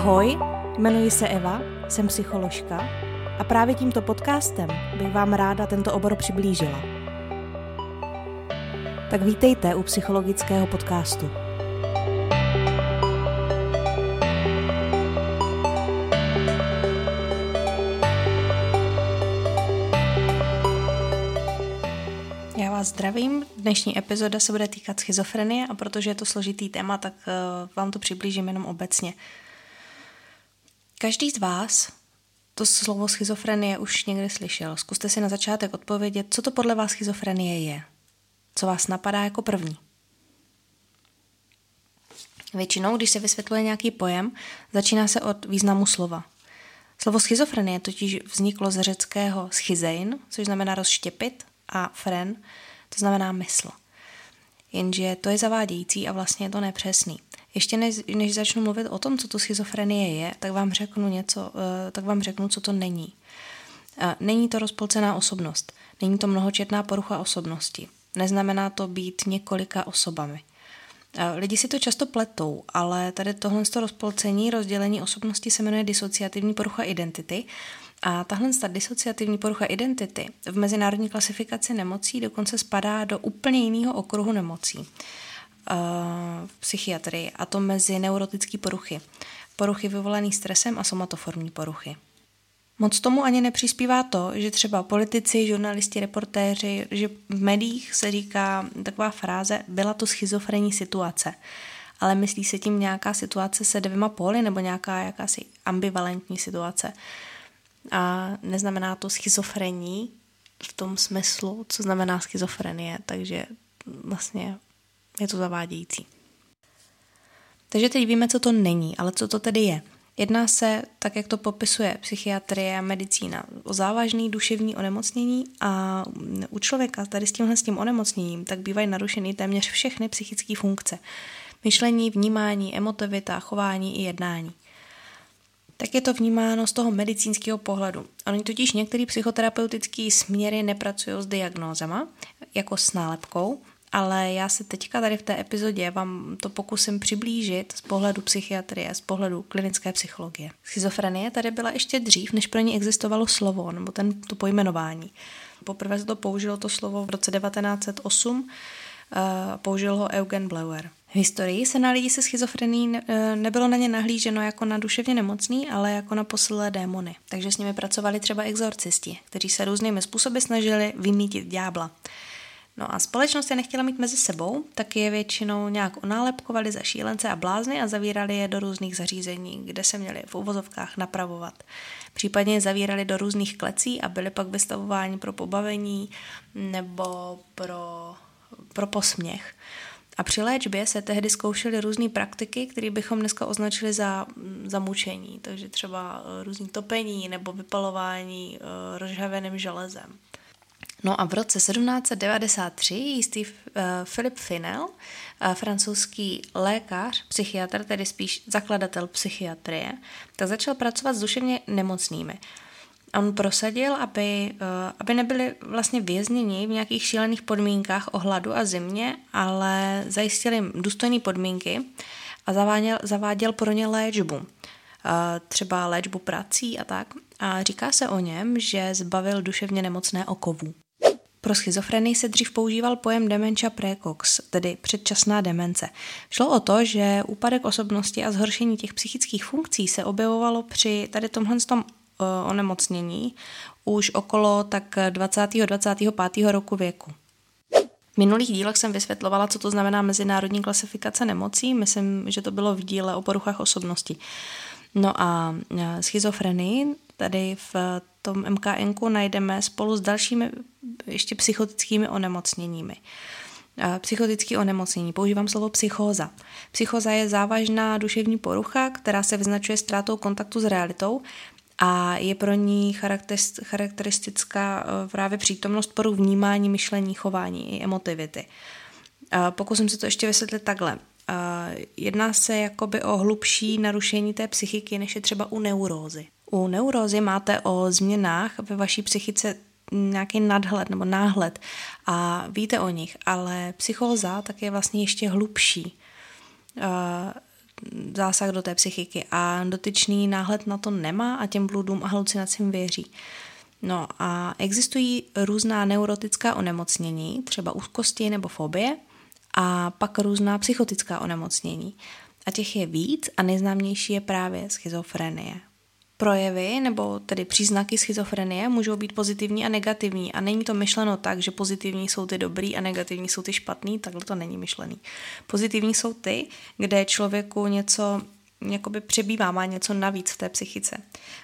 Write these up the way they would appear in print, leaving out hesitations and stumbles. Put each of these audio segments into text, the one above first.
Ahoj, jmenuji se Eva, jsem psycholožka a právě tímto podcastem bych vám ráda tento obor přiblížila. Tak vítejte u psychologického podcastu. Já vás zdravím, dnešní epizoda se bude týkat schizofrenie a protože je to složitý téma, tak vám to přiblížím jenom obecně. Každý z vás to slovo schizofrenie už někdy slyšel. Zkuste si na začátek odpovědět, co to podle vás schizofrenie je. Co vás napadá jako první. Většinou, když se vysvětluje nějaký pojem, začíná se od významu slova. Slovo schizofrenie totiž vzniklo z řeckého schizein, což znamená rozštěpit, a fren, to znamená mysl. Jenže to je zavádějící a vlastně je to nepřesný. Ještě než začnu mluvit o tom, co to schizofrenie je, tak vám řeknu, co to není. Není to rozpolcená osobnost. Není to mnohočetná porucha osobnosti. Neznamená to být několika osobami. Lidi si to často pletou, ale tady tohle rozpolcení, rozdělení osobnosti se jmenuje disociativní porucha identity. A tahle disociativní porucha identity v mezinárodní klasifikaci nemocí dokonce spadá do úplně jiného okruhu nemocí v psychiatrii, a to mezi neurotické poruchy. Poruchy vyvolané stresem a somatoformní poruchy. Moc tomu ani nepřispívá to, že třeba politici, žurnalisti, reportéři, že v médiích se říká taková fráze, byla to schizofrenní situace. Ale myslí se tím nějaká situace se dvěma póly nebo nějaká jakási ambivalentní situace. A neznamená to schizofrení v tom smyslu, co znamená schizofrenie, takže vlastně je to zavádějící. Takže teď víme, co to není, ale co to tedy je. Jedná se, tak jak to popisuje psychiatrie a medicína, o závažný duševní onemocnění a u člověka tady s tím onemocněním tak bývají narušeny téměř všechny psychické funkce. Myšlení, vnímání, emotivita, chování i jednání. Tak je to vnímáno z toho medicínského pohledu. Oni totiž některé psychoterapeutické směry nepracují s diagnózama, jako s nálepkou, ale já se teďka tady v té epizodě vám to pokusím přiblížit z pohledu psychiatrie, z pohledu klinické psychologie. Schizofrenie tady byla ještě dřív, než pro ní existovalo slovo, nebo to pojmenování. Poprvé se to použilo to slovo v roce 1908, použil ho Eugen Bleuler. V historii se na lidi se schizofrenií nebylo na ně nahlíženo jako na duševně nemocný, ale jako na posedlé démony. Takže s nimi pracovali třeba exorcisti, kteří se různými způsoby snažili vymítit ďábla. No a společnost je nechtěla mít mezi sebou, tak je většinou nějak onálepkovali za šílence a blázny a zavírali je do různých zařízení, kde se měli v uvozovkách napravovat. Případně je zavírali do různých klecí a byli pak vystavováni pro pobavení nebo pro posměch. A při léčbě se tehdy zkoušely různé praktiky, které bychom dneska označili za mučení, takže třeba různý topení nebo vypalování rozžhaveným železem. No a v roce 1793 jistý Philip Finel, francouzský lékař, psychiatr, tedy spíš zakladatel psychiatrie, tak začal pracovat s duševně nemocnými. On prosadil, aby nebyli vlastně vězněni v nějakých šílených podmínkách o hladu a zimě, ale zajistil jim důstojné podmínky a zaváděl pro ně léčbu. Třeba léčbu prací a tak. A říká se o něm, že zbavil duševně nemocné okovů. Pro schizofrenii se dřív používal pojem dementia praecox, tedy předčasná demence. Šlo o to, že úpadek osobnosti a zhoršení těch psychických funkcí se objevovalo při tady tomhle onemocnění už okolo tak 20. roku věku. V minulých dílech jsem vysvětlovala, co to znamená mezinárodní klasifikace nemocí, myslím, že to bylo v díle o poruchách osobnosti. No a schizofrenii tady v tom MKNku najdeme spolu s dalšími ještě psychotickými onemocněními. Psychotické onemocnění, používám slovo psychóza. Psychóza je závažná duševní porucha, která se vyznačuje ztrátou kontaktu s realitou a je pro ní charakteristická právě přítomnost poruch vnímání, myšlení, chování i emotivity. Pokusím se to ještě vysvětlit takhle. Jedná se jakoby o hlubší narušení té psychiky, než je třeba u neurózy. U neurózy máte o změnách ve vaší psychice nějaký nadhled nebo náhled a víte o nich, ale psychóza tak je vlastně ještě hlubší. zásah do té psychiky a dotyčný náhled na to nemá a těm bludům a halucinacím věří. No a existují různá neurotická onemocnění, třeba úzkosti nebo fobie, a pak různá psychotická onemocnění. A těch je víc a nejznámější je právě schizofrenie. Projevy nebo tedy příznaky schizofrenie můžou být pozitivní a negativní a není to myšleno tak, že pozitivní jsou ty dobrý a negativní jsou ty špatný, takhle to není myšlený. Pozitivní jsou ty, kde člověku něco jakoby přebývá, má něco navíc v té psychice.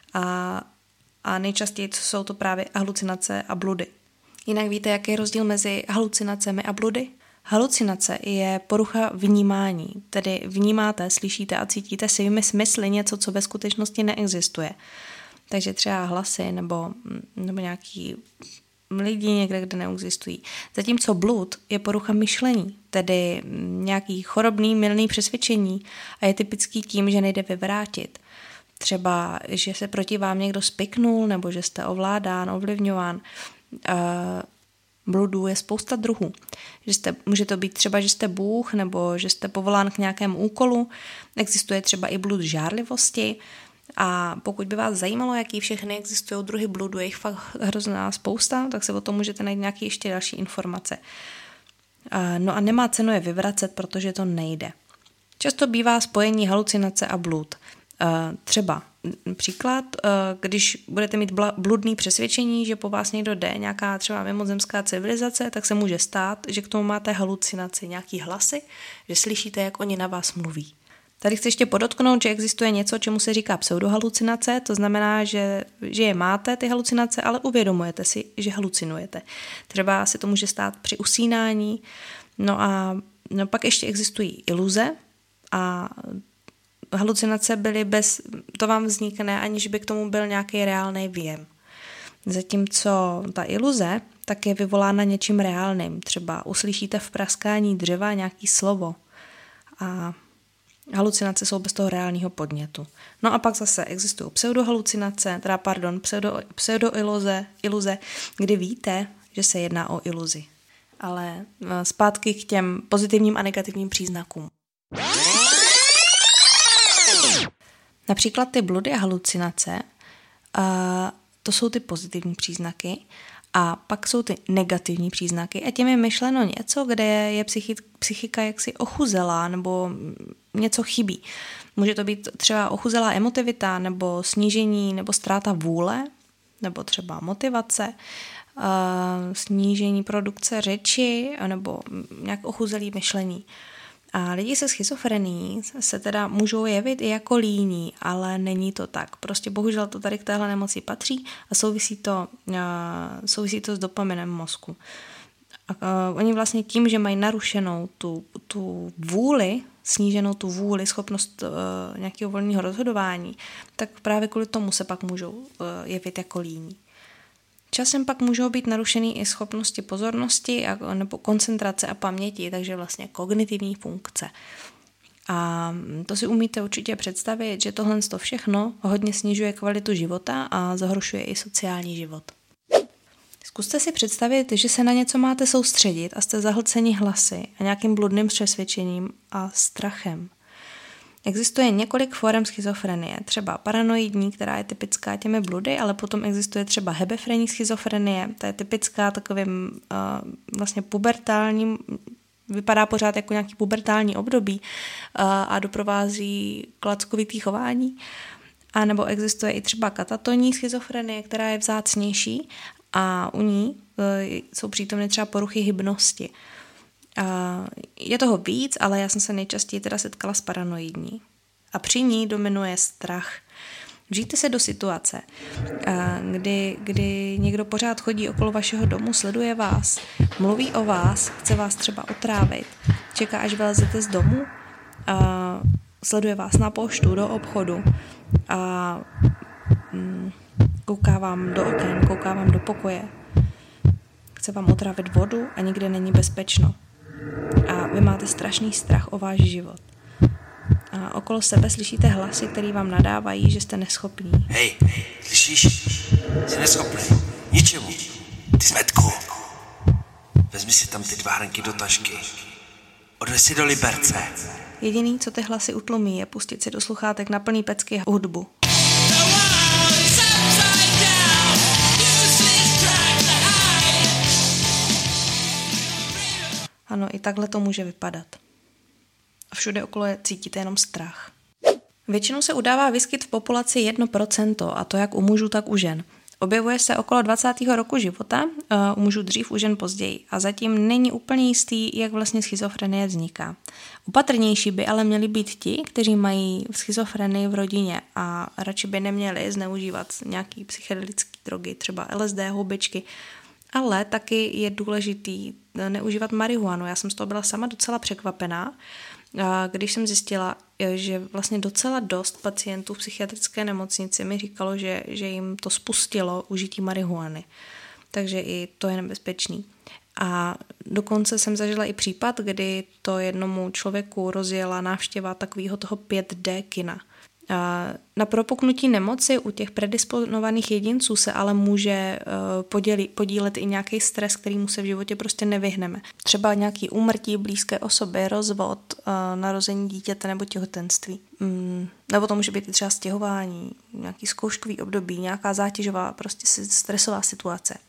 A nejčastěji jsou to právě halucinace a bludy. Jinak víte, jaký je rozdíl mezi halucinacemi a bludy? Halucinace je porucha vnímání, tedy vnímáte, slyšíte a cítíte svými smysly něco, co ve skutečnosti neexistuje. Takže třeba hlasy nebo nějaký lidi někde, kde neexistují. Zatímco blud je porucha myšlení, tedy nějaký chorobný, mylný přesvědčení a je typický tím, že nejde vyvrátit. Třeba, že se proti vám někdo spiknul nebo že jste ovládán, ovlivňován. Bludů je spousta druhů. Může to být třeba, že jste Bůh nebo že jste povolán k nějakému úkolu. Existuje třeba i blud žárlivosti. A pokud by vás zajímalo, jaký všechny existují druhy bludu, je jich fakt hrozná spousta, tak se o tom můžete najít nějaké ještě další informace. No a nemá cenu je vyvracet, protože to nejde. Často bývá spojení halucinace a blud. Třeba příklad, když budete mít bludný přesvědčení, že po vás někdo jde, nějaká třeba mimozemská civilizace, tak se může stát, že k tomu máte halucinaci, nějaký hlasy, že slyšíte, jak oni na vás mluví. Tady chci ještě podotknout, že existuje něco, čemu se říká pseudohalucinace, to znamená, že je máte ty halucinace, ale uvědomujete si, že halucinujete. Třeba se to může stát při usínání. No a pak ještě existují iluze a halucinace to vám vznikne, aniž by k tomu byl nějaký reálný věm. Zatímco ta iluze tak je vyvolána něčím reálným. Třeba uslyšíte v praskání dřeva nějaký slovo a halucinace jsou bez toho reálného podnětu. No a pak zase existují pseudoiluze, kdy víte, že se jedná o iluzi. Ale zpátky k těm pozitivním a negativním příznakům. Například ty bludy a halucinace, to jsou ty pozitivní příznaky a pak jsou ty negativní příznaky a tím je myšleno něco, kde je psychika jaksi ochuzelá nebo něco chybí. Může to být třeba ochuzelá emotivita nebo snížení nebo ztráta vůle nebo třeba motivace, snížení produkce řeči nebo nějak ochuzelý myšlení. A lidi se schizofrenií se teda můžou jevit i jako líní, ale není to tak. Prostě bohužel to tady k téhle nemoci patří a souvisí to s dopaminem mozku. Oni vlastně tím, že mají narušenou tu vůli, sníženou tu vůli, schopnost nějakého volného rozhodování, tak právě kvůli tomu se pak můžou jevit jako líní. Časem pak můžou být narušený i schopnosti pozornosti nebo koncentrace a paměti, takže vlastně kognitivní funkce. A to si umíte určitě představit, že tohle všechno hodně snižuje kvalitu života a zahoršuje i sociální život. Zkuste si představit, že se na něco máte soustředit a jste zahlceni hlasy a nějakým bludným přesvědčením a strachem. Existuje několik forem schizofrenie, třeba paranoidní, která je typická těmi bludy, ale potom existuje třeba hebefrenní schizofrenie, ta je typická takovým vlastně pubertálním, vypadá pořád jako nějaký pubertální období a doprovází klackovitý chování. A nebo existuje i třeba katatonní schizofrenie, která je vzácnější a u ní jsou přítomny třeba poruchy hybnosti. Je toho víc, ale já jsem se nejčastěji teda setkala s paranoidní. A při ní dominuje strach. Vžijte se do situace, kdy někdo pořád chodí okolo vašeho domu, sleduje vás, mluví o vás, chce vás třeba otrávit, čeká, až vylezete z domu, sleduje vás na poštu, do obchodu a kouká vám do oken, kouká vám do pokoje, chce vám otrávit vodu a nikde není bezpečno. A vy máte strašný strach o váš život. A okolo sebe slyšíte hlasy, které vám nadávají, že jste neschopní. Hej, slyšíš? Jsi neschopný. Ničemu. Ty zmetku. Vezmi si tam ty 2 hrnky do tašky. Odvez si do Liberce. Jediný, co ty hlasy utlumí, je pustit si do sluchátek na plný pecky hudbu. Ano, i takhle to může vypadat. A všude okolo cítíte jenom strach. Většinou se udává výskyt v populaci 1%, a to jak u mužů, tak u žen. Objevuje se okolo 20. roku života, u mužů dřív, u žen později. A zatím není úplně jistý, jak vlastně schizofrenie vzniká. Opatrnější by ale měli být ti, kteří mají schizofrenii v rodině a radši by neměli zneužívat nějaký psychedelické drogy, třeba LSD, houbičky, ale taky je důležitý neužívat marihuanu. Já jsem z toho byla sama docela překvapená, když jsem zjistila, že vlastně docela dost pacientů v psychiatrické nemocnici mi říkalo, že jim to spustilo užití marihuany. Takže i to je nebezpečný. A dokonce jsem zažila i případ, kdy to jednomu člověku rozjela návštěva takového toho 5D kina. Na propuknutí nemoci u těch predisponovaných jedinců se ale může podílet i nějaký stres, kterýmu se v životě prostě nevyhneme. Třeba nějaký úmrtí blízké osoby, rozvod, narození dítěte nebo těhotenství. Nebo to může být i třeba stěhování, nějaký zkouškový období, nějaká zátěžová, prostě stresová situace.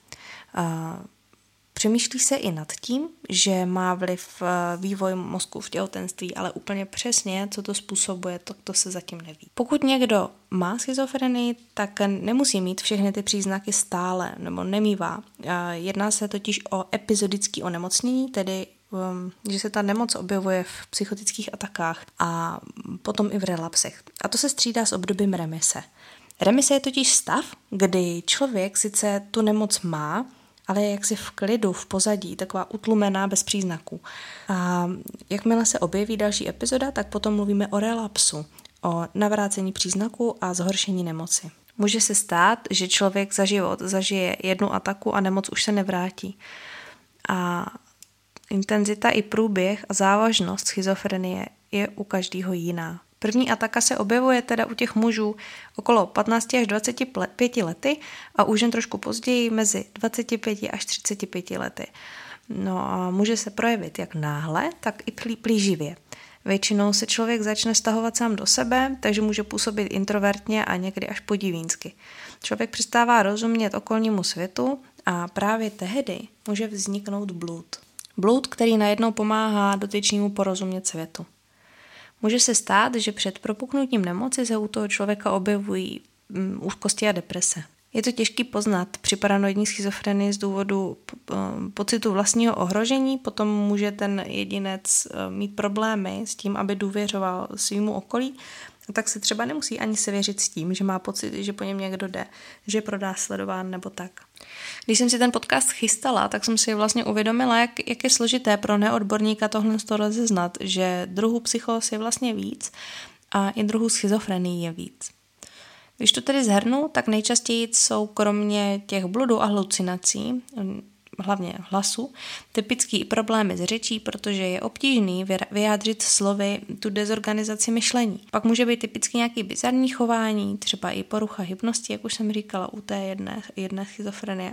Přemýšlí se i nad tím, že má vliv vývoj mozku v těhotenství, ale úplně přesně, co to způsobuje, to se zatím neví. Pokud někdo má schizofrenii, tak nemusí mít všechny ty příznaky stále, nebo nemívá. Jedná se totiž o epizodické onemocnění, tedy že se ta nemoc objevuje v psychotických atakách a potom i v relapsech. A to se střídá s obdobím remise. Remise je totiž stav, kdy člověk sice tu nemoc má, ale je jaksi v klidu, v pozadí, taková utlumená bez příznaků. A jakmile se objeví další epizoda, tak potom mluvíme o relapsu, o navrácení příznaků a zhoršení nemoci. Může se stát, že člověk za život zažije jednu ataku a nemoc už se nevrátí. A intenzita i průběh a závažnost schizofrenie je u každého jiná. První ataka se objevuje teda u těch mužů okolo 15 až 25 lety a u žen trošku později mezi 25 až 35 lety. No a může se projevit jak náhle, tak i plíživě. Většinou se člověk začne stahovat sám do sebe, takže může působit introvertně a někdy až podivínsky. Člověk přestává rozumět okolnímu světu a právě tehdy může vzniknout blud. Blud, který najednou pomáhá dotyčnému porozumět světu. Může se stát, že před propuknutím nemoci se u toho člověka objevují úzkosti a deprese. Je to těžký poznat při paranoidní schizofrenii z důvodu pocitu vlastního ohrožení, potom může ten jedinec mít problémy s tím, aby důvěřoval svýmu okolí, tak se třeba nemusí ani svěřit s tím, že má pocit, že po něm někdo jde, že je pronásledován nebo tak. Když jsem si ten podcast chystala, tak jsem si vlastně uvědomila, jak je složité pro neodborníka tohle rozeznat, že druhů psychóz je vlastně víc a i druhů schizofrenii je víc. Když to tedy shrnu, tak nejčastěji jsou kromě těch bludů a halucinací, hlavně hlasu, typický problémy s řečí, protože je obtížný vyjádřit slovy tu dezorganizaci myšlení. Pak může být typicky nějaký bizarní chování, třeba i porucha hybnosti, jak už jsem říkala u té jedné schizofrenie.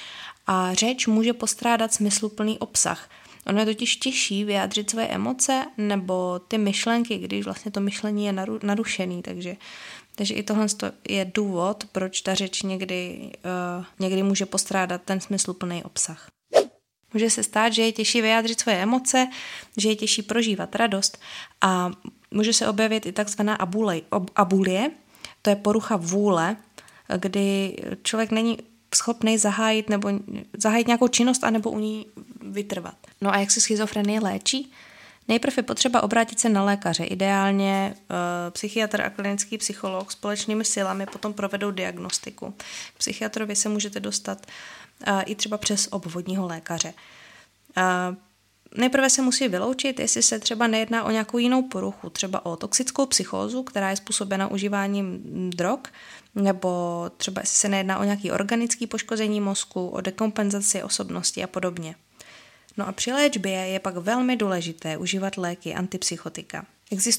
A řeč může postrádat smysluplný obsah. Ono je totiž těžší vyjádřit své emoce nebo ty myšlenky, když vlastně to myšlení je narušený, takže i tohle je důvod, proč ta řeč někdy může postrádat ten smysluplný obsah. Může se stát, že je těžší vyjádřit svoje emoce, že je těžší prožívat radost a může se objevit i takzvaná abulie, to je porucha vůle, kdy člověk není schopný zahájit nějakou činnost anebo u ní vytrvat. No a jak se schizofrenie léčí? Nejprve je potřeba obrátit se na lékaře. Ideálně psychiatr a klinický psycholog společnými silami potom provedou diagnostiku. K psychiatrovi se můžete dostat i třeba přes obvodního lékaře. Nejprve se musí vyloučit, jestli se třeba nejedná o nějakou jinou poruchu, třeba o toxickou psychózu, která je způsobena užíváním drog, nebo třeba jestli se nejedná o nějaké organické poškození mozku, o dekompenzaci osobnosti a podobně. No a při léčbě je pak velmi důležité užívat léky antipsychotika.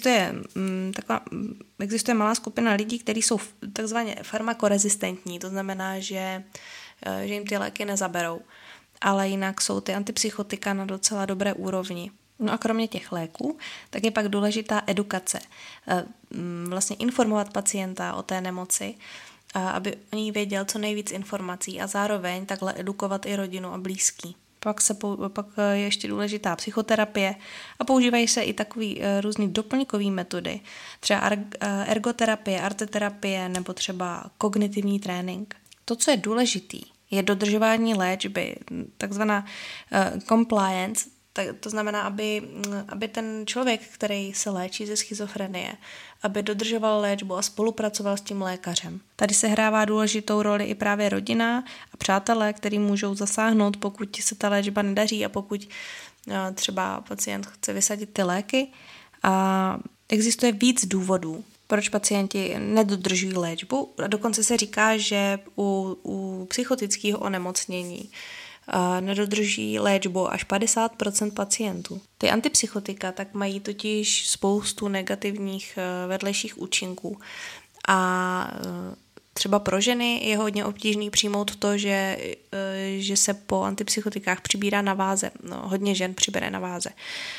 Existuje malá skupina lidí, kteří jsou takzvaně farmakorezistentní, to znamená, že jim ty léky nezaberou. Ale jinak jsou ty antipsychotika na docela dobré úrovni. No a kromě těch léků, tak je pak důležitá edukace. Vlastně informovat pacienta o té nemoci, aby o ní věděl co nejvíc informací a zároveň takhle edukovat i rodinu a blízký. Pak je ještě důležitá psychoterapie a používají se i takový různý doplňkový metody, třeba ergoterapie, arteterapie nebo třeba kognitivní trénink. To, co je důležitý, je dodržování léčby, takzvaná compliance. To znamená, aby ten člověk, který se léčí ze schizofrenie, aby dodržoval léčbu a spolupracoval s tím lékařem. Tady se hrává důležitou roli i právě rodina a přátelé, který můžou zasáhnout, pokud se ta léčba nedaří a pokud třeba pacient chce vysadit ty léky. A existuje víc důvodů, proč pacienti nedodržují léčbu. Dokonce se říká, že u psychotického onemocnění nedodrží léčbu až 50% pacientů. Ty antipsychotika tak mají totiž spoustu negativních vedlejších účinků a třeba pro ženy je hodně obtížný přijmout to, že se po antipsychotikách přibírá na váze. No, hodně žen přibere na váze.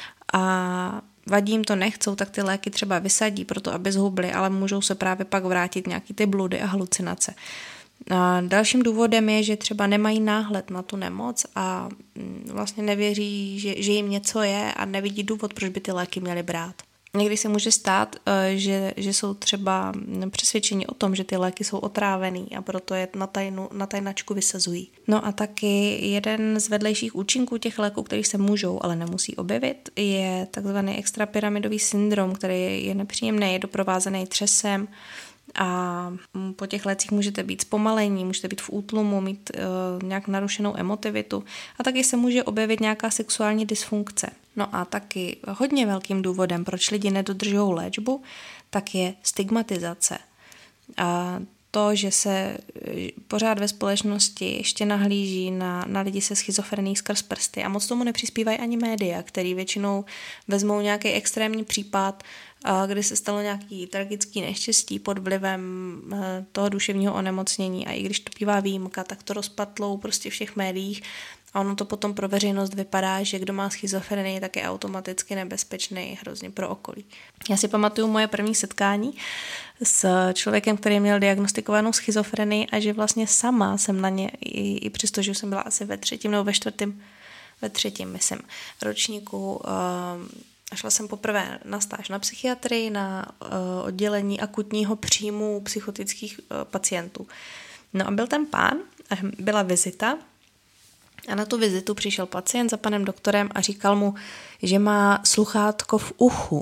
A vadí jim to, nechcou, tak ty léky třeba vysadí proto, aby zhubly, ale můžou se právě pak vrátit nějaký ty bludy a halucinace. A dalším důvodem je, že třeba nemají náhled na tu nemoc a vlastně nevěří, že jim něco je a nevidí důvod, proč by ty léky měli brát. Někdy se může stát, že jsou třeba přesvědčeni o tom, že ty léky jsou otrávený a proto je na tajnačku vysazují. No a taky jeden z vedlejších účinků těch léků, který se můžou, ale nemusí objevit, je takzvaný extrapyramidový syndrom, který je nepříjemný, je doprovázený třesem, a po těch lécích můžete být zpomalení, můžete být v útlumu, mít nějak narušenou emotivitu a taky se může objevit nějaká sexuální dysfunkce. No a taky hodně velkým důvodem, proč lidi nedodržují léčbu, tak je stigmatizace. A to, že se pořád ve společnosti ještě nahlíží na lidi se schizofrenií skrz prsty a moc tomu nepřispívají ani média, který většinou vezmou nějaký extrémní případ, kdy se stalo nějaký tragický neštěstí pod vlivem toho duševního onemocnění a i když to bývá výjimka, tak to rozpatlou prostě v všech médiích a ono to potom pro veřejnost vypadá, že kdo má schizofrenii, tak je automaticky nebezpečný hrozně pro okolí. Já si pamatuju moje první setkání s člověkem, který měl diagnostikovanou schizofrenii a že vlastně sama jsem na ně, i přesto, že jsem byla asi ve třetím nebo ve třetím, myslím, ročníku, a šla jsem poprvé na stáž na psychiatrii, na oddělení akutního příjmu psychotických pacientů. No a byl ten pán, byla vizita a na tu vizitu přišel pacient za panem doktorem a říkal mu, že má sluchátko v uchu,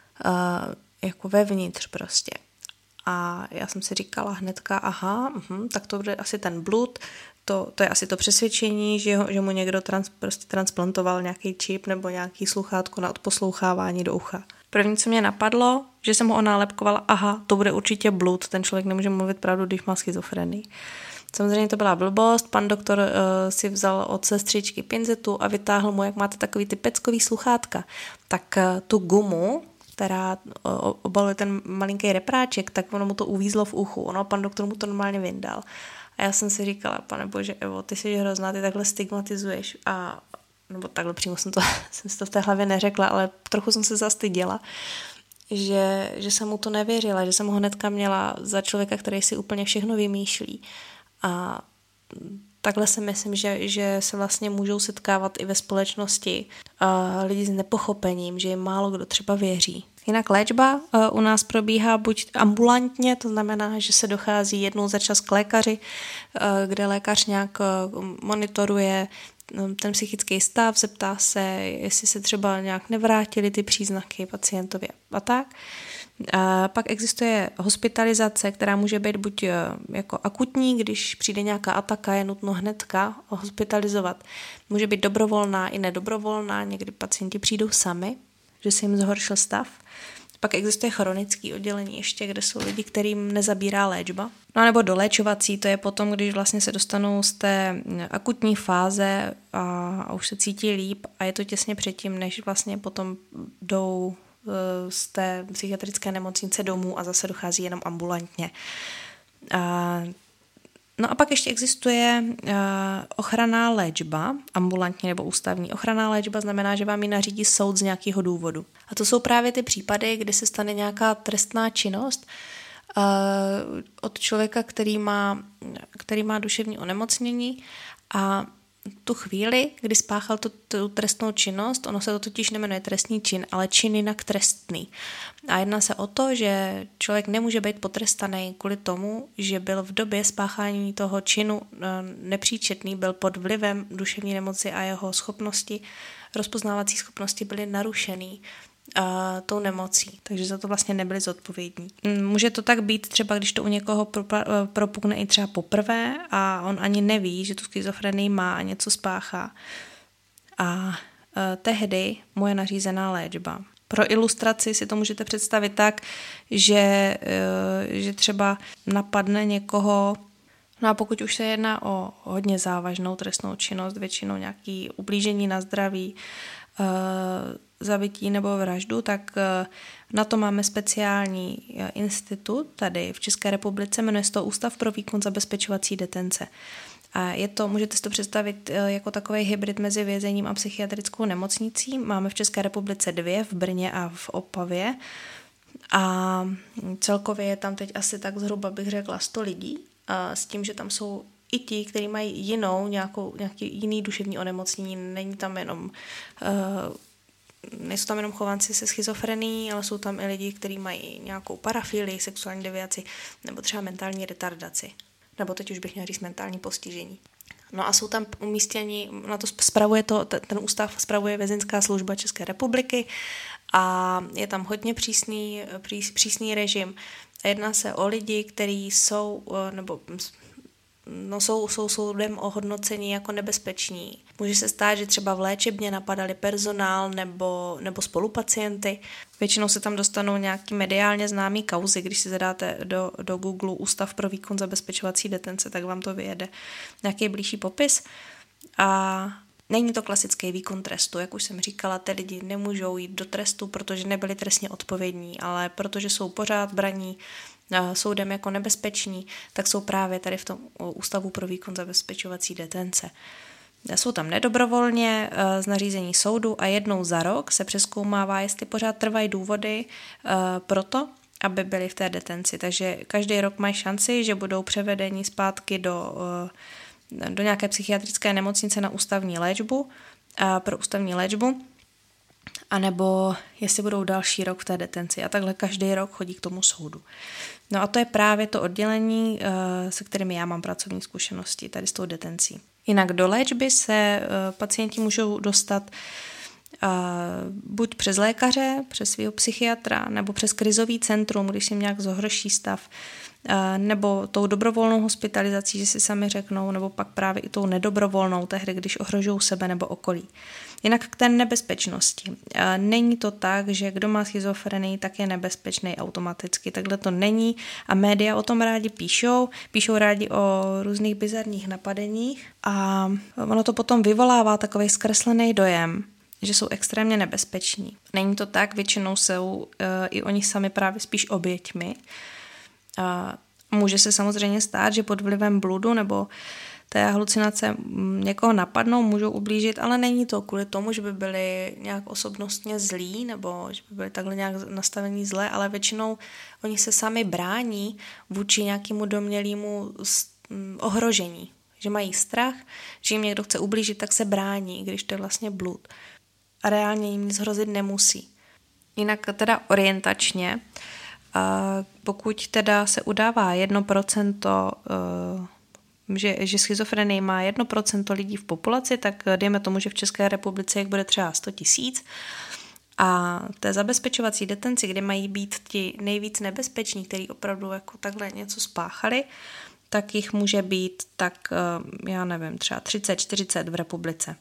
jako vevnitř prostě. A já jsem si říkala hnedka, tak to bude asi ten blud, to je asi to přesvědčení, že mu někdo transplantoval nějaký čip nebo nějaký sluchátko na odposlouchávání do ucha. První, co mě napadlo, že jsem ho onálepkovala, to bude určitě blud, ten člověk nemůže mluvit pravdu, když má schizofrenii. Samozřejmě to byla blbost, pan doktor si vzal od sestřičky pinzetu a vytáhl mu, jak máte takový ty peckový sluchátka, tak tu gumu, která obaluje ten malinký repráček, tak ono mu to uvízlo v uchu, pan doktor mu to normálně vyndal. A já jsem si říkala, pane bože, Evo, ty jsi hrozná, ty takhle stigmatizuješ nebo takhle přímo jsem si to v té hlavě neřekla, ale trochu jsem se zastyděla, že jsem mu to nevěřila, že jsem ho hnedka měla za člověka, který si úplně všechno vymýšlí. A takhle si myslím, že se vlastně můžou setkávat i ve společnosti lidi s nepochopením, že jim málo kdo třeba věří. Jinak léčba u nás probíhá buď ambulantně, to znamená, že se dochází jednou za čas k lékaři, kde lékař nějak monitoruje ten psychický stav, zeptá se, jestli se třeba nějak nevrátily ty příznaky pacientovi a tak. A pak existuje hospitalizace, která může být buď jako akutní, když přijde nějaká ataka, je nutno hnedka hospitalizovat. Může být dobrovolná i nedobrovolná, někdy pacienti přijdou sami, že se jim zhoršil stav. Pak existuje chronické oddělení ještě, kde jsou lidi, kterým nezabírá léčba. No a nebo doléčovací, to je potom, když vlastně se dostanou z té akutní fáze a už se cítí líp a je to těsně předtím, než vlastně potom jdou z té psychiatrické nemocnice domů a zase dochází jenom ambulantně. No a pak ještě existuje ochranná léčba, ambulantní nebo ústavní. Ochranná léčba znamená, že vám ji nařídí soud z nějakého důvodu. A to jsou právě ty případy, kdy se stane nějaká trestná činnost od člověka, který má duševní onemocnění a tu chvíli, kdy spáchal tu trestnou činnost, ono se to totiž nemenuje trestný čin, ale čin jinak trestný. A jedná se o to, že člověk nemůže být potrestaný kvůli tomu, že byl v době spáchání toho činu nepříčetný, byl pod vlivem duševní nemoci a jeho rozpoznávací schopnosti byly narušený tou nemocí, takže za to vlastně nebyli zodpovědní. Může to tak být třeba, když to u někoho propukne i třeba poprvé a on ani neví, že tu schizofrenii má a něco spáchá. A tehdy moje nařízená léčba. Pro ilustraci si to můžete představit tak, že třeba napadne někoho, no a pokud už se jedná o hodně závažnou trestnou činnost, většinou nějaké ublížení na zdraví, zabití nebo vraždu, tak na to máme speciální institut tady v České republice, jmenuje se to Ústav pro výkon zabezpečovací detence. A můžete si to představit jako takový hybrid mezi vězením a psychiatrickou nemocnicí. Máme v České republice 2, v Brně a v Opavě. A celkově je tam teď asi tak zhruba, bych řekla, 100 lidí, s tím, že tam jsou i ti, kteří mají nějaký jiný duševní onemocnění. Nejsou tam jenom chovanci se schizofrenií, ale jsou tam i lidi, kteří mají nějakou parafilii, sexuální deviaci nebo třeba mentální retardaci. Nebo teď už bych měla říct mentální postižení. No a jsou tam umístěni, ten ústav spravuje Vězeňská služba České republiky a je tam hodně přísný režim. A jedná se o lidi, kteří jsou soudem ohodnocení jako nebezpeční. Může se stát, že třeba v léčebně napadali personál nebo spolupacienty. Většinou se tam dostanou nějaký mediálně známý kauzy, když si zadáte do Google Ústav pro výkon zabezpečovací detence, tak vám to vyjede nějaký blížší popis. A není to klasický výkon trestu, jak už jsem říkala, ty lidi nemůžou jít do trestu, protože nebyli trestně odpovědní, ale protože jsou pořád braní soudem jako nebezpeční, tak jsou právě tady v tom Ústavu pro výkon zabezpečovací detence. Jsou tam nedobrovolně z nařízení soudu a jednou za rok se přezkoumává, jestli pořád trvají důvody pro to, aby byli v té detenci. Takže každý rok mají šanci, že budou převedeni zpátky do nějaké psychiatrické nemocnice na ústavní léčbu, pro ústavní léčbu, anebo jestli budou další rok v té detenci. A takhle každý rok chodí k tomu soudu. No a to je právě to oddělení, se kterými já mám pracovní zkušenosti, tady s tou detencí. Jinak do léčby se pacienti můžou dostat buď přes lékaře, přes svého psychiatra, nebo přes krizový centrum, když si nějak zhorší stav, nebo tou dobrovolnou hospitalizací, že si sami řeknou, nebo pak právě i tou nedobrovolnou, tehdy, když ohrožují sebe nebo okolí. Jinak k té nebezpečnosti. Není to tak, že kdo má schizofrenii, tak je nebezpečný automaticky. Takhle to není a média o tom rádi píšou rádi o různých bizarních napadeních a ono to potom vyvolává takový zkreslený dojem, že jsou extrémně nebezpeční. Není to tak, většinou jsou i oni sami právě spíš oběťmi. Může se samozřejmě stát, že pod vlivem bludu nebo té halucinace někoho napadnou, můžou ublížit, ale není to kvůli tomu, že by byli nějak osobnostně zlí nebo že by byli takhle nějak nastavení zle, ale většinou oni se sami brání vůči nějakému domnělému ohrožení. Že mají strach, že jim někdo chce ublížit, tak se brání, když to je vlastně blud. A reálně jim nic hrozit nemusí. Jinak teda orientačně, pokud teda se udává 1%, že schizofrenii má 1% lidí v populaci, tak dejme tomu, že v České republice jich bude třeba 100 000. A v té zabezpečovací detenci, kde mají být ti nejvíc nebezpeční, kteří opravdu jako takhle něco spáchali, tak jich může být tak, já nevím, třeba 30-40 v republice.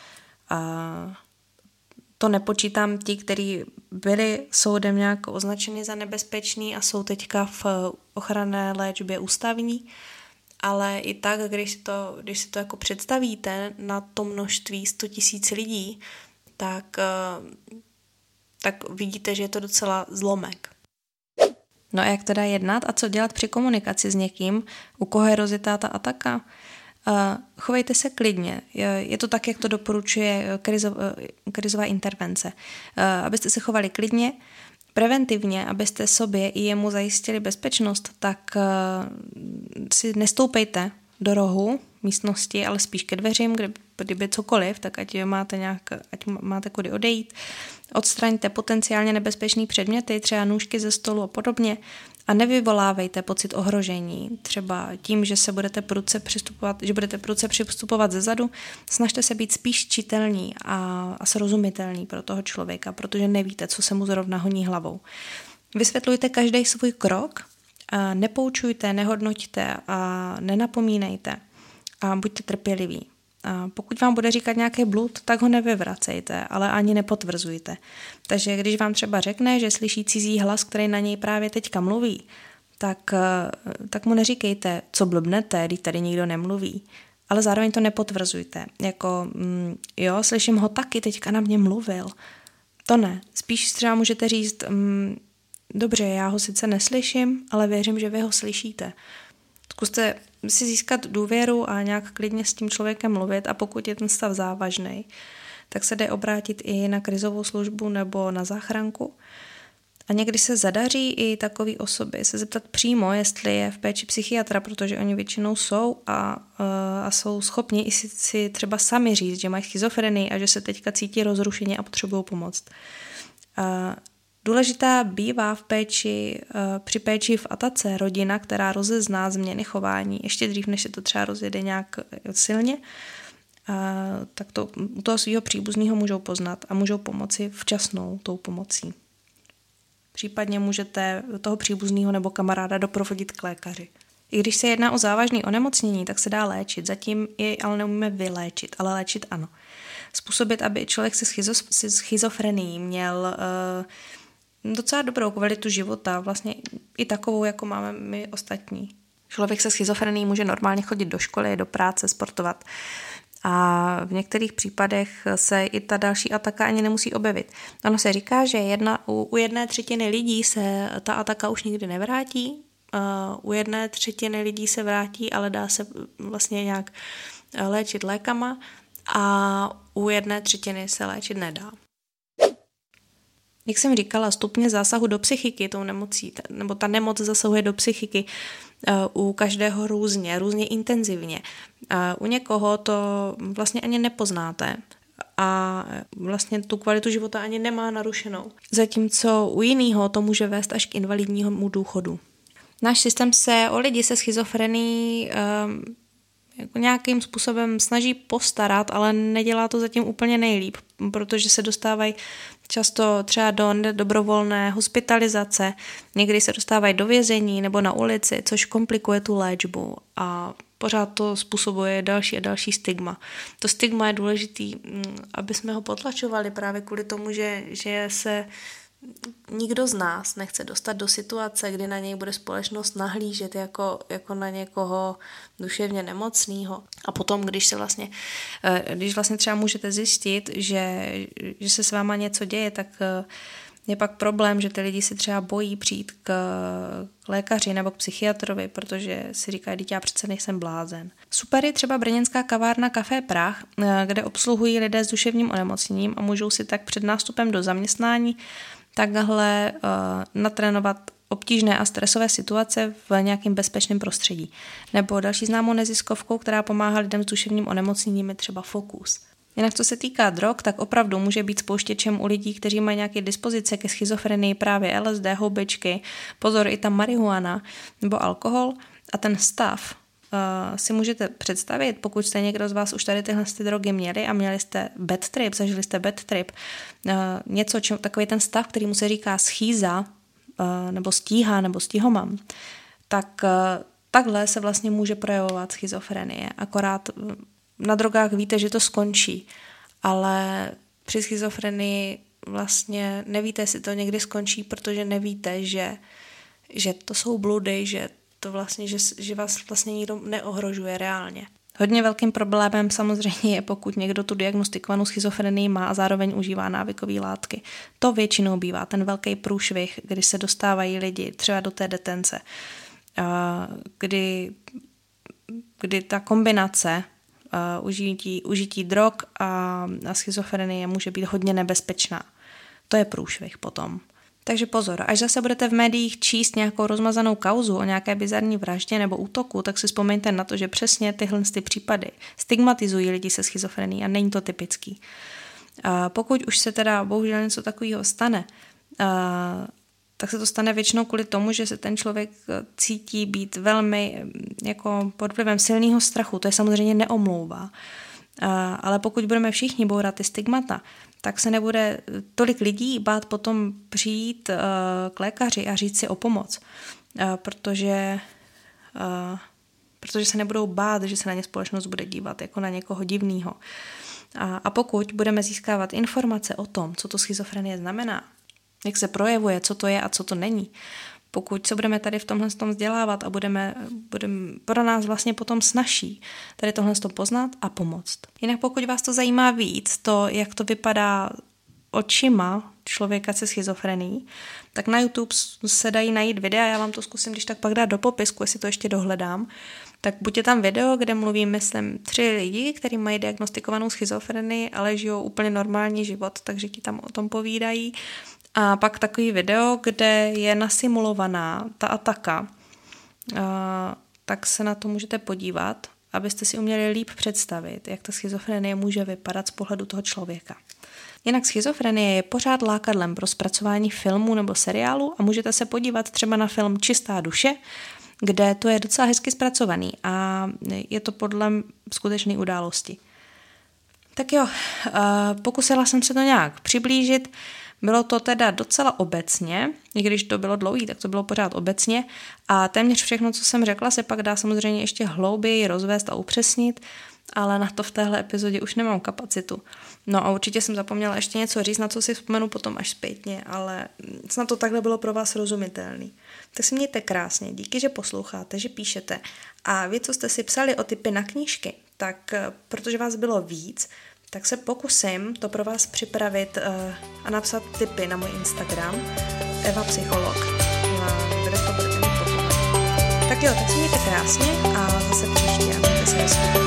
To nepočítám ti, kteří byli soudem nějak označeni za nebezpečný a jsou teďka v ochranné léčbě ústavní, ale i tak, když si to jako představíte na to množství 100 000 lidí, tak vidíte, že je to docela zlomek. No a jak teda jednat a co dělat při komunikaci s někým, u koho je rozjetá ta ataka? Chovejte se klidně. Je to tak, jak to doporučuje krizová intervence. Abyste se chovali klidně, preventivně, abyste sobě i jemu zajistili bezpečnost, tak si nestoupejte do rohu místnosti, ale spíš ke dveřím, kdyby cokoliv, tak ať máte kudy odejít. Odstraňte potenciálně nebezpečný předměty, třeba nůžky ze stolu a podobně, a nevyvolávejte pocit ohrožení, třeba tím, že budete prudce přistupovat ze zadu. Snažte se být spíš čitelní a srozumitelní pro toho člověka, protože nevíte, co se mu zrovna honí hlavou. Vysvětlujte každý svůj krok, nepoučujte, nehodnoťte a nenapomínejte a buďte trpěliví. A pokud vám bude říkat nějaký blud, tak ho nevyvracejte, ale ani nepotvrzujte. Takže když vám třeba řekne, že slyší cizí hlas, který na něj právě teďka mluví, tak mu neříkejte, co blbnete, když tady nikdo nemluví. Ale zároveň to nepotvrzujte. Jako, jo, slyším ho taky, teďka na mě mluvil. To ne. Spíš třeba můžete říct, dobře, já ho sice neslyším, ale věřím, že vy ho slyšíte. Zkuste si získat důvěru a nějak klidně s tím člověkem mluvit, a pokud je ten stav závažný, tak se jde obrátit i na krizovou službu nebo na záchranku. A někdy se zadaří i takové osoby se zeptat přímo, jestli je v péči psychiatra, protože oni většinou jsou a jsou schopni i si třeba sami říct, že mají schizofrenii a že se teďka cítí rozrušeně a potřebují pomoct. Důležitá bývá při péči v atace rodina, která rozezná změny chování ještě dřív, než se to třeba rozjede nějak silně, tak to u toho svého příbuzného můžou poznat a můžou pomoci včasnou tou pomocí. Případně můžete toho příbuzného nebo kamaráda doprovodit k lékaři. I když se jedná o závažné onemocnění, tak se dá léčit. Zatím je ale neumíme vyléčit, ale léčit ano. Způsobit, aby člověk se schizofrenií měl docela dobrou kvalitu života, vlastně i takovou, jako máme my ostatní. Člověk se schizofrenií může normálně chodit do školy, do práce, sportovat. A v některých případech se i ta další ataka ani nemusí objevit. Ono se říká, že u 1/3 lidí se ta ataka už nikdy nevrátí, u 1/3 lidí se vrátí, ale dá se vlastně nějak léčit lékama, a u 1/3 se léčit nedá. Jak jsem říkala, stupně zásahu do psychiky tou nemocí, nebo ta nemoc zasahuje do psychiky u každého různě intenzivně. U někoho to vlastně ani nepoznáte a vlastně tu kvalitu života ani nemá narušenou. Zatímco u jiného to může vést až k invalidnímu důchodu. Náš systém se o lidi se schizofrenií jako nějakým způsobem snaží postarat, ale nedělá to zatím úplně nejlíp, protože se dostávají často třeba do dobrovolné hospitalizace, někdy se dostávají do vězení nebo na ulici, což komplikuje tu léčbu a pořád to způsobuje další a další stigma. To stigma je důležitý, aby jsme ho potlačovali právě kvůli tomu, že se nikdo z nás nechce dostat do situace, kdy na něj bude společnost nahlížet jako na někoho duševně nemocného. A potom, když vlastně třeba můžete zjistit, že se s váma něco děje, tak je pak problém, že ty lidi si třeba bojí přijít k lékaři nebo k psychiatrovi, protože si říkají, že já přece nejsem blázen. Super je třeba brněnská kavárna Café Prach, kde obsluhují lidé s duševním onemocněním a můžou si tak před nástupem do zaměstnání takhle natrénovat obtížné a stresové situace v nějakém bezpečném prostředí. Nebo další známou neziskovkou, která pomáhá lidem s duševním onemocněním, je třeba Focus. Jinak co se týká drog, tak opravdu může být spouštěčem u lidí, kteří mají nějaké dispozice ke schizofrenii, právě LSD, houbičky, pozor, i tam marihuana nebo alkohol. A ten stav si můžete představit, pokud jste někdo z vás už tady tyhle drogy měli a měli jste bad trip, zažili jste bad trip, takový ten stav, který mu se říká schýza, nebo stíha, nebo stihomam, tak takhle se vlastně může projevovat schizofrenie. Akorát na drogách víte, že to skončí, ale při schizofrenii vlastně nevíte, jestli to někdy skončí, protože nevíte, že to jsou bludy, že vás vlastně nikdo neohrožuje reálně. Hodně velkým problémem samozřejmě je, pokud někdo tu diagnostikovanou schizofrenii má a zároveň užívá návykové látky. To většinou bývá ten velký průšvih, kdy se dostávají lidi třeba do té detence, kdy ta kombinace užití drog a schizofrenie může být hodně nebezpečná. To je průšvih potom. Takže pozor, až zase budete v médiích číst nějakou rozmazanou kauzu o nějaké bizarní vraždě nebo útoku, tak si vzpomeňte na to, že přesně tyhle případy stigmatizují lidi se schizofrenií a není to typický. Pokud už se teda bohužel něco takového stane, tak se to stane většinou kvůli tomu, že se ten člověk cítí být velmi jako pod vlivem silného strachu. To je samozřejmě neomlouvá. Ale pokud budeme všichni bourat ty stigmata, tak se nebude tolik lidí bát potom přijít k lékaři a říct si o pomoc. Protože se nebudou bát, že se na ně společnost bude dívat jako na někoho divného. A pokud budeme získávat informace o tom, co to schizofrenie znamená, jak se projevuje, co to je a co to není, pokud se budeme tady v tomhle vzdělávat a budeme pro nás vlastně potom snazší tady tohle poznat a pomoct. Jinak pokud vás to zajímá víc, to, jak to vypadá očima člověka se schizofrenií, tak na YouTube se dají najít videa, já vám to zkusím když tak pak dát do popisku, jestli to ještě dohledám, tak buď je tam video, kde mluví, myslím, 3 lidi, kteří mají diagnostikovanou schizofrenii, ale žijou úplně normální život, takže ti tam o tom povídají. A pak takový video, kde je nasimulovaná ta ataka, tak se na to můžete podívat, abyste si uměli líp představit, jak ta schizofrenie může vypadat z pohledu toho člověka. Jinak schizofrenie je pořád lákadlem pro zpracování filmů nebo seriálu a můžete se podívat třeba na film Čistá duše, kde to je docela hezky zpracovaný a je to podle skutečné události. Tak jo, pokusila jsem se to nějak přiblížit. Bylo to teda docela obecně, i když to bylo dlouhý, tak to bylo pořád obecně a téměř všechno, co jsem řekla, se pak dá samozřejmě ještě hlouběji rozvést a upřesnit, ale na to v téhle epizodě už nemám kapacitu. No a určitě jsem zapomněla ještě něco říct, na co si vzpomenu potom až zpětně, ale snad to takhle bylo pro vás srozumitelný. Tak si mějte krásně, díky, že posloucháte, že píšete a vy, co jste si psali o tipy na knížky, tak protože vás bylo víc, tak se pokusím to pro vás připravit a napsat tipy na můj Instagram Eva Psycholog. Kde to budete mít potom. Tak jo, tak si mějte krásně a zase příště a mějte se hezky.